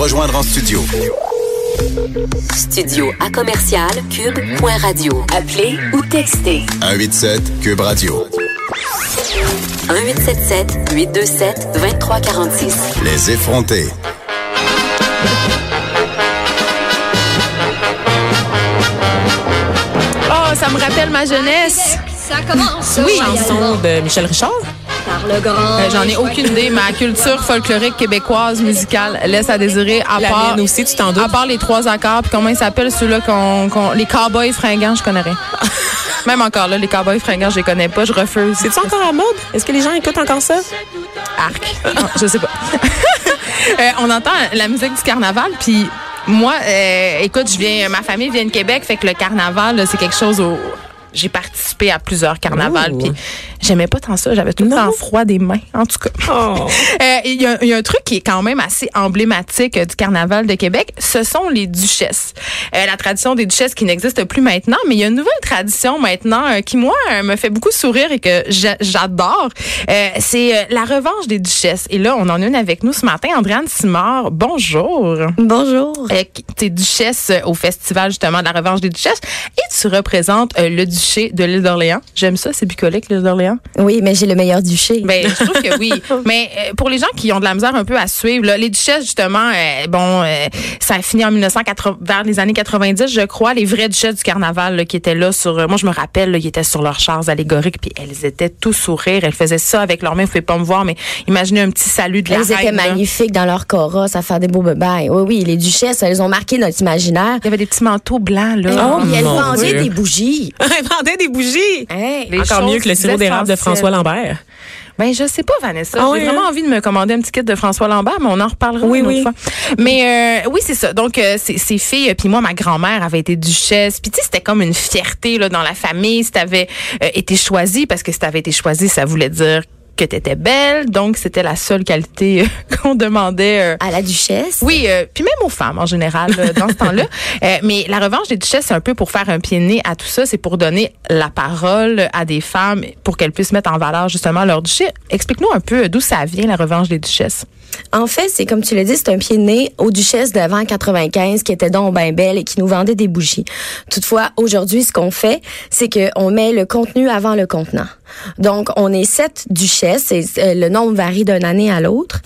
rejoindre en studio. Studio à commercial cube.radio. Appelez ou textez. 187 Cube Radio. 1877-827-2346. Les effrontés. Oh, ça me rappelle ma jeunesse. Ça commence. Oui, Chanson de Michel Richard. Par le grand. J'en ai aucune idée. Ma culture folklorique québécoise musicale laisse à désirer. À La part mienne aussi, tu t'en doutes. À part les 3 accords, puis comment ils s'appellent ceux-là les cowboys fringants, je connais rien. Même encore là, les cowboys fringants, je les connais pas, je refuse. C'est-tu encore à mode? Est-ce que les gens écoutent encore ça? Arc. Non, je sais pas. On entend la musique du carnaval, puis moi, écoute, ma famille vient de Québec, fait que le carnaval, là, c'est quelque chose j'ai participé à plusieurs carnavals, puis j'aimais pas tant ça. J'avais tout le temps froid des mains, en tout cas. Oh. Il y a un truc qui est quand même assez emblématique du carnaval de Québec. Ce sont les duchesses. La tradition des duchesses qui n'existe plus maintenant, mais il y a une nouvelle tradition maintenant qui, moi, me fait beaucoup sourire et que j'adore. C'est la revanche des duchesses. Et là, on en a une avec nous ce matin. Andréane Simard, bonjour. Bonjour. Tu es duchesse au festival, justement, de la revanche des duchesses. Et tu représentes le duché de l'île d'Orléans. J'aime ça, c'est bucolique, l'île d'Orléans. Oui, mais j'ai le meilleur duché. Ben, je trouve que oui. Mais pour les gens qui ont de la misère un peu à suivre, là, les duchesses, justement, ça a fini en 1980, vers les années 90, je crois, les vraies duchesses du carnaval là, qui étaient là moi, je me rappelle, là, ils étaient sur leurs chars allégoriques, puis elles étaient tous sourires. Elles faisaient ça avec leurs mains. Vous pouvez pas me voir, mais imaginez un petit salut de la reine. Elles étaient magnifiques dans leur carrosse à faire des beaux bebailles. Oui, les duchesses, elles ont marqué notre imaginaire. Il y avait des petits manteaux blancs, là. Oh, puis elles vendaient des bougies. Elle vendait des bougies. Hey. Encore mieux que le sirop d'érable de François Lambert. Ben, je sais pas, Vanessa. Ah J'ai oui, vraiment envie de me commander un petit kit de François Lambert, mais on en reparlera une autre fois. Mais oui, c'est ça. Donc, ces filles, puis moi, ma grand-mère avait été duchesse. Puis tu sais, c'était comme une fierté là dans la famille si t'avais été choisie, parce que si t'avais été choisie, ça voulait dire que t'étais belle, donc c'était la seule qualité qu'on demandait à la duchesse. Oui, puis même aux femmes en général dans ce temps-là. Mais la revanche des duchesses, c'est un peu pour faire un pied de nez à tout ça, c'est pour donner la parole à des femmes pour qu'elles puissent mettre en valeur justement leur duché. Explique-nous un peu d'où ça vient, la revanche des duchesses. En fait, c'est comme tu l'as dit, c'est un pied de nez aux duchesses d'avant 95 qui étaient donc bien belles et qui nous vendaient des bougies. Toutefois, aujourd'hui, ce qu'on fait, c'est qu'on met le contenu avant le contenant. Donc, on est 7 duchesses et le nombre varie d'une année à l'autre.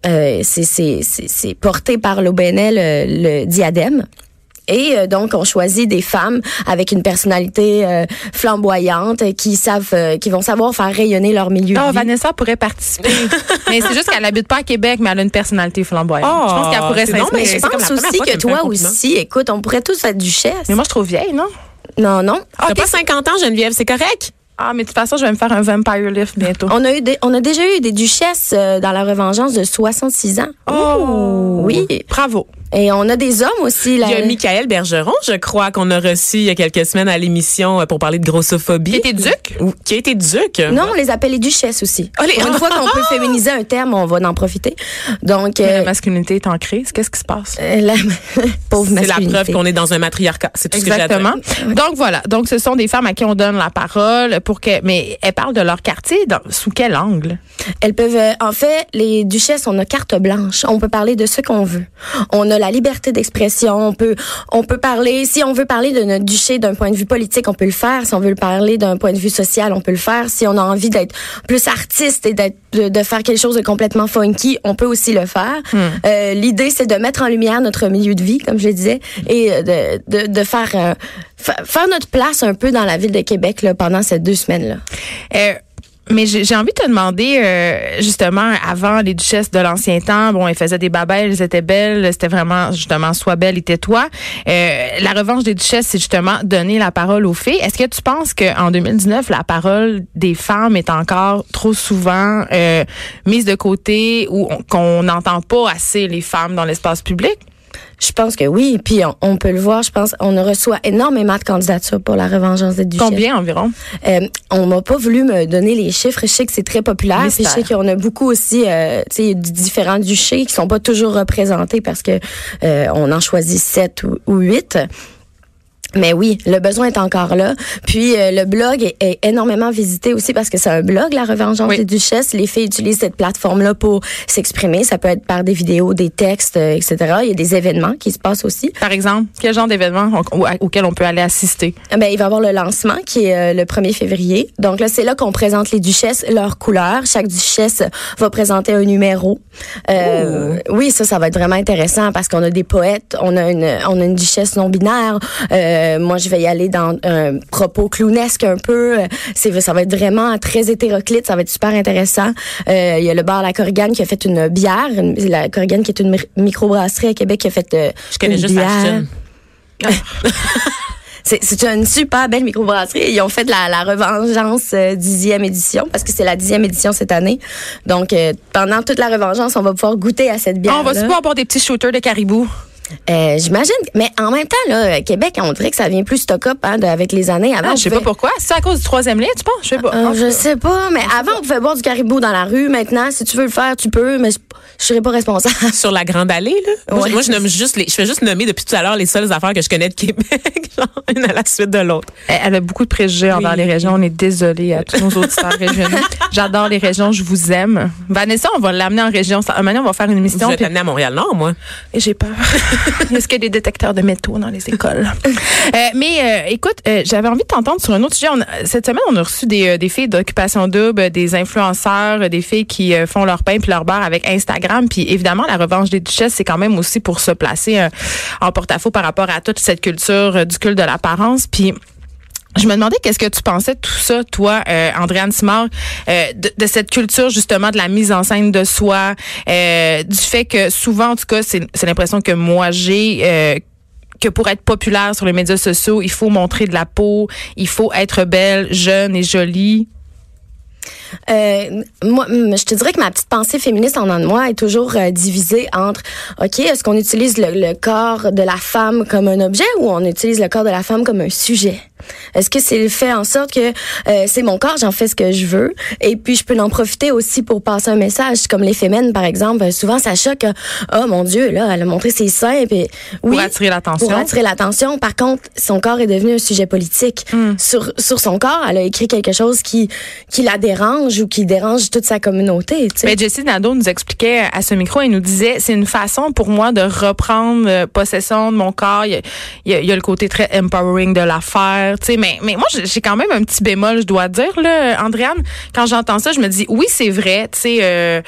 C'est porté par l'OBNL, le diadème. Et donc, on choisit des femmes avec une personnalité flamboyante qui vont savoir faire rayonner leur milieu de vie. Vanessa pourrait participer. Mais c'est juste qu'elle n'habite pas à Québec, mais elle a une personnalité flamboyante. Je pense qu'elle pourrait s'inscrire. Mais je pense aussi que toi aussi, écoute, on pourrait tous être duchesse. Mais moi, je trouve vieille, non? Non. T'as pas 50 ans, Geneviève, c'est correct? Ah, mais de toute façon, je vais me faire un vampire lift bientôt. On a déjà eu des duchesses dans la revengeance de 66 ans. Oh! Oui. Bravo. Et on a des hommes aussi. Il y a Michael Bergeron, je crois, qu'on a reçu il y a quelques semaines à l'émission pour parler de grossophobie. Qui était duc? Qui a été duc? Non, on les appelle les duchesses aussi. Pour une fois qu'on peut féminiser un terme, on va en profiter. Donc, la masculinité est en crise. Qu'est-ce qui se passe? La pauvre masculinité. C'est la preuve qu'on est dans un matriarcat. C'est tout ce que j'ai à dire. Exactement. Donc voilà. Donc ce sont des femmes à qui on donne la parole mais elles parlent de leur quartier sous quel angle? Elles peuvent, en fait, les duchesses, on a carte blanche. On peut parler de ce qu'on veut. On a la liberté d'expression. On peut parler, si on veut parler de notre duché d'un point de vue politique, on peut le faire. Si on veut le parler d'un point de vue social, on peut le faire. Si on a envie d'être plus artiste et de faire quelque chose de complètement funky, on peut aussi le faire. L'idée, c'est de mettre en lumière notre milieu de vie, comme je le disais, et de faire notre place un peu dans la ville de Québec là, pendant ces 2 semaines-là. Mais j'ai envie de te demander, justement, avant les duchesses de l'ancien temps, elles faisaient des babelles, elles étaient belles, c'était vraiment, justement, sois belle et tais-toi. La revanche des duchesses, c'est justement donner la parole aux filles. Est-ce que tu penses qu'en 2019, la parole des femmes est encore trop souvent mise de côté ou qu'on n'entend pas assez les femmes dans l'espace public? Je pense que oui. Puis on peut le voir, je pense, on reçoit énormément de candidatures pour la revangeance des duchesses. Combien environ? On m'a pas voulu me donner les chiffres. Je sais que c'est très populaire. Puis je sais qu'on a beaucoup aussi différents duchés qui sont pas toujours représentés parce que on en choisit 7 ou 8. Mais oui, le besoin est encore là. Puis le blog est énormément visité aussi parce que c'est un blog, La Revengeance des Duchesses. Les filles utilisent cette plateforme-là pour s'exprimer. Ça peut être par des vidéos, des textes, etc. Il y a des événements qui se passent aussi. Par exemple, quel genre d'événements auxquels on peut aller assister? Ben, il va y avoir le lancement qui est le 1er février. Donc là, c'est là qu'on présente les duchesses, leurs couleurs. Chaque duchesse va présenter un numéro. Oui, ça va être vraiment intéressant parce qu'on a des poètes, on a une duchesse non-binaire. Moi, je vais y aller dans un propos clownesque un peu. Ça va être vraiment très hétéroclite. Ça va être super intéressant. Il y a le bar La Korrigan qui a fait une bière. La Korrigan qui est une microbrasserie à Québec qui a fait je connais juste Ashton. C'est une super belle microbrasserie. Ils ont fait la Revengeance 10e édition parce que c'est la 10e édition cette année. Donc, pendant toute la Revengeance, on va pouvoir goûter à cette bière. On va pouvoir boire des petits shooters de caribou. J'imagine. Mais en même temps, là, Québec, on dirait que ça vient plus stock-up avec les années. Avant, je sais pas pourquoi. C'est à cause du 3e lien, tu penses? Je sais pas. Je sais pas, mais avant, on pouvait boire du caribou dans la rue. Maintenant, si tu veux le faire, tu peux, mais je serais pas responsable. Sur la Grande Allée, là? Ouais. Moi, je fais juste nommer depuis tout à l'heure les seules affaires que je connais de Québec, genre une à la suite de l'autre. Elle a beaucoup de préjugés envers les régions. On est désolé à tous nos auditeurs régionaux. J'adore les régions, je vous aime. Vanessa, on va l'amener en région. Maintenant, on va faire une émission. Je vais t'amener à Montréal-Nord, moi. Et j'ai peur. Est-ce qu'il y a des détecteurs de métaux dans les écoles? Écoute, j'avais envie de t'entendre sur un autre sujet. Cette semaine, on a reçu des filles d'Occupation Double, des influenceurs, des filles qui font leur pain puis leur beurre avec Instagram. Puis évidemment, la Revanche des Duchesses, c'est quand même aussi pour se placer en porte-à-faux par rapport à toute cette culture du culte de l'apparence. Puis je me demandais qu'est-ce que tu pensais de tout ça, toi, Andréane Simard, de cette culture justement de la mise en scène de soi, du fait que souvent, en tout cas, c'est l'impression que moi j'ai que pour être populaire sur les médias sociaux, il faut montrer de la peau, il faut être belle, jeune et jolie. Moi, je te dirais que ma petite pensée féministe en dedans de moi est toujours divisée entre, OK, est-ce qu'on utilise le corps de la femme comme un objet ou on utilise le corps de la femme comme un sujet? Est-ce que c'est le fait en sorte que c'est mon corps, j'en fais ce que je veux et puis je peux en profiter aussi pour passer un message comme les féminines, par exemple. Souvent, ça choque. Oh mon Dieu, là, elle a montré ses seins. Puis, oui, pour attirer l'attention. Pour attirer l'attention. Par contre, son corps est devenu un sujet politique. Sur son corps, elle a écrit quelque chose qui la dérange ou qui dérange toute sa communauté. Tu sais. Mais Jessie Nadeau nous expliquait à ce micro, elle nous disait, c'est une façon pour moi de reprendre possession de mon corps. Il y a le côté très empowering de l'affaire. Tu sais, mais moi, j'ai quand même un petit bémol, je dois dire, là, Andréane. Quand j'entends ça, je me dis, oui, c'est vrai, tu sais,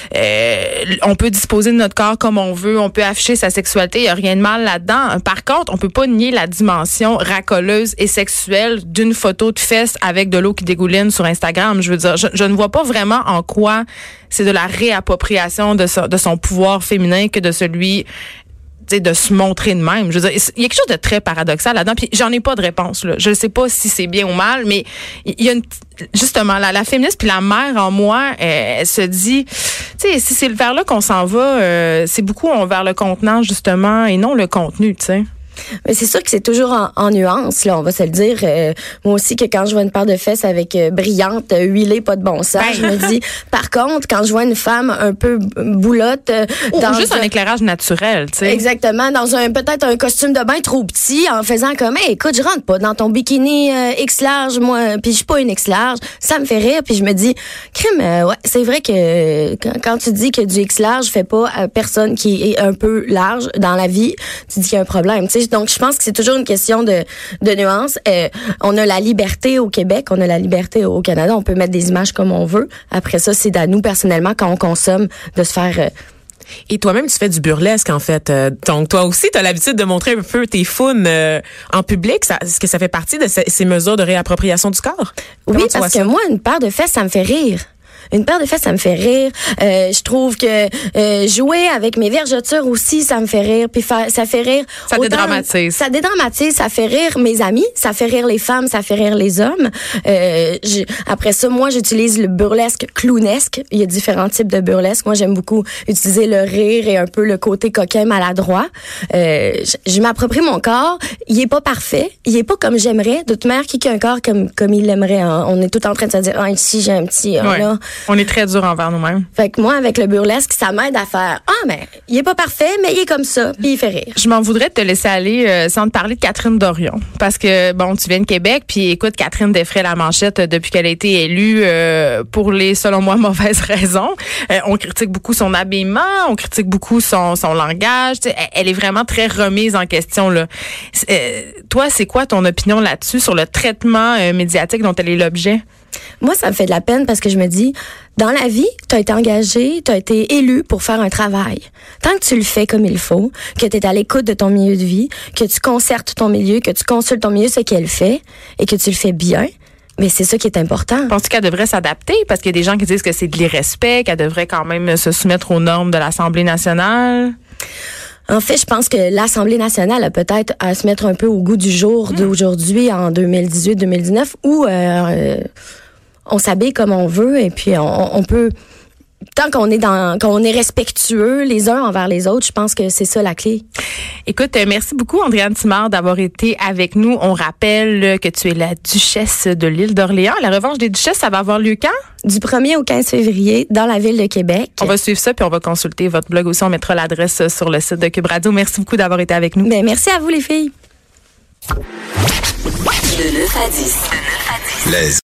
on peut disposer de notre corps comme on veut, on peut afficher sa sexualité, il n'y a rien de mal là-dedans. Par contre, on peut pas nier la dimension racoleuse et sexuelle d'une photo de fesses avec de l'eau qui dégouline sur Instagram. Je veux dire, je ne vois pas vraiment en quoi c'est de la réappropriation de son pouvoir féminin que de celui de se montrer de même. Je veux dire, il y a quelque chose de très paradoxal là-dedans. Puis j'en ai pas de réponse, là. Je ne sais pas si c'est bien ou mal, mais il y a justement la féministe puis la mère en moi, elle se dit, tu sais, si c'est vers là qu'on s'en va, c'est beaucoup vers le contenant justement et non le contenu, tu sais. Mais c'est sûr que c'est toujours en nuance, là, on va se le dire. Moi aussi, que quand je vois une paire de fesses avec brillante, huilée, pas de bon sens, je me dis, par contre, quand je vois une femme un peu boulotte... Ou juste un éclairage naturel, tu sais. Exactement, dans peut-être un costume de bain trop petit, en faisant comme, hey, écoute, je rentre pas dans ton bikini X large, moi, puis je suis pas une X large, ça me fait rire, puis je me dis, crime, ouais, c'est vrai que quand tu dis que du X large fait pas à personne qui est un peu large dans la vie, tu dis qu'il y a un problème, tu sais. Donc, je pense que c'est toujours une question de nuance. On a la liberté au Québec, on a la liberté au Canada. On peut mettre des images comme on veut. Après ça, c'est à nous, personnellement, quand on consomme, de se faire... Et toi-même, tu fais du burlesque, en fait. Donc, toi aussi, tu as l'habitude de montrer un peu tes founes en public. Est-ce que ça fait partie de ces mesures de réappropriation du corps? Oui, parce que moi, une paire de fesses, ça me fait rire. Une paire de fesses, ça me fait rire. Je trouve que jouer avec mes vergetures aussi, ça me fait rire. Puis ça fait rire. Ça dédramatise. Ça dédramatise, ça fait rire mes amis, ça fait rire les femmes, ça fait rire les hommes. Après ça, moi, j'utilise le burlesque clownesque. Il y a différents types de burlesque. Moi, j'aime beaucoup utiliser le rire et un peu le côté coquin maladroit. Je m'approprie mon corps. Il est pas parfait. Il est pas comme j'aimerais. De toute manière, qui a un corps comme il l'aimerait. Hein? On est tout en train de se dire, ici, j'ai un petit, là. On est très dur envers nous-mêmes. Fait que moi, avec le burlesque, ça m'aide à faire, mais il est pas parfait, mais il est comme ça, puis il fait rire. Je m'en voudrais de te laisser aller sans te parler de Catherine Dorion. Parce que, bon, tu viens de Québec, puis écoute, Catherine défraie la manchette depuis qu'elle a été élue pour les, selon moi, mauvaises raisons. On critique beaucoup son habillement, on critique beaucoup son langage. Elle est vraiment très remise en question, là. Toi, c'est quoi ton opinion là-dessus sur le traitement médiatique dont elle est l'objet? Moi, ça me fait de la peine parce que je me dis, dans la vie, tu as été engagé, tu as été élu pour faire un travail. Tant que tu le fais comme il faut, que tu es à l'écoute de ton milieu de vie, que tu concertes ton milieu, que tu consultes ton milieu, ce qu'elle fait, et que tu le fais bien, mais c'est ça qui est important. Penses-tu qu'elle devrait s'adapter? Parce qu'il y a des gens qui disent que c'est de l'irrespect, qu'elle devrait quand même se soumettre aux normes de l'Assemblée nationale. En fait, je pense que l'Assemblée nationale a peut-être à se mettre un peu au goût du jour d'aujourd'hui, en 2018-2019, où on s'habille comme on veut et puis on peut... Tant qu'on est respectueux les uns envers les autres, je pense que c'est ça la clé. Écoute, merci beaucoup Andréane Simard d'avoir été avec nous. On rappelle que tu es la duchesse de l'île d'Orléans. La revanche des duchesses, ça va avoir lieu quand? Du 1er au 15 février dans la ville de Québec. On va suivre ça puis on va consulter votre blog aussi. On mettra l'adresse sur le site de Cube Radio. Merci beaucoup d'avoir été avec nous. Ben, merci à vous les filles. De 9 à 10.